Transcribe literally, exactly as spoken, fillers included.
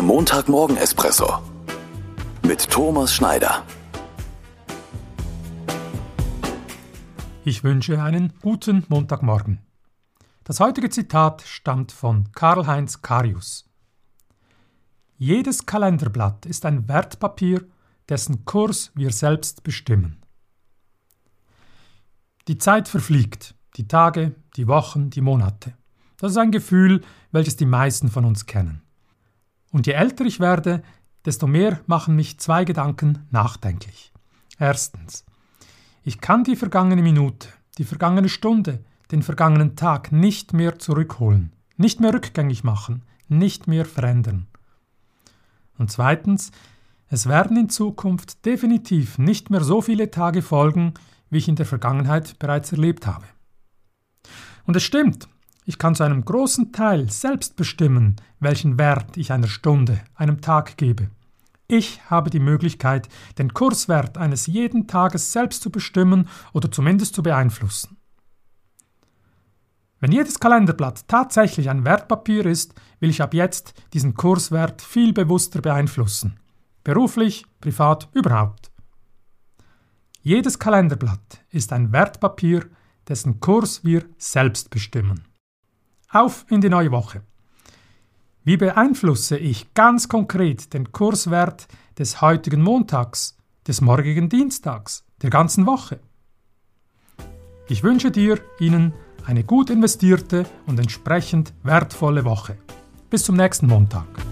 Der Montagmorgen-Espresso mit Thomas Schneider. Ich wünsche einen guten Montagmorgen. Das heutige Zitat stammt von Karl-Heinz Karius. Jedes Kalenderblatt ist ein Wertpapier, dessen Kurs wir selbst bestimmen. Die Zeit verfliegt, die Tage, die Wochen, die Monate. Das ist ein Gefühl, welches die meisten von uns kennen. Und je älter ich werde, desto mehr machen mich zwei Gedanken nachdenklich. Erstens, ich kann die vergangene Minute, die vergangene Stunde, den vergangenen Tag nicht mehr zurückholen, nicht mehr rückgängig machen, nicht mehr verändern. Und zweitens, es werden in Zukunft definitiv nicht mehr so viele Tage folgen, wie ich in der Vergangenheit bereits erlebt habe. Und es stimmt, ich kann zu einem großen Teil selbst bestimmen, welchen Wert ich einer Stunde, einem Tag gebe. Ich habe die Möglichkeit, den Kurswert eines jeden Tages selbst zu bestimmen oder zumindest zu beeinflussen. Wenn jedes Kalenderblatt tatsächlich ein Wertpapier ist, will ich ab jetzt diesen Kurswert viel bewusster beeinflussen. Beruflich, privat, überhaupt. Jedes Kalenderblatt ist ein Wertpapier, dessen Kurs wir selbst bestimmen. Auf in die neue Woche. Wie beeinflusse ich ganz konkret den Kurswert des heutigen Montags, des morgigen Dienstags, der ganzen Woche? Ich wünsche dir, Ihnen, eine gut investierte und entsprechend wertvolle Woche. Bis zum nächsten Montag.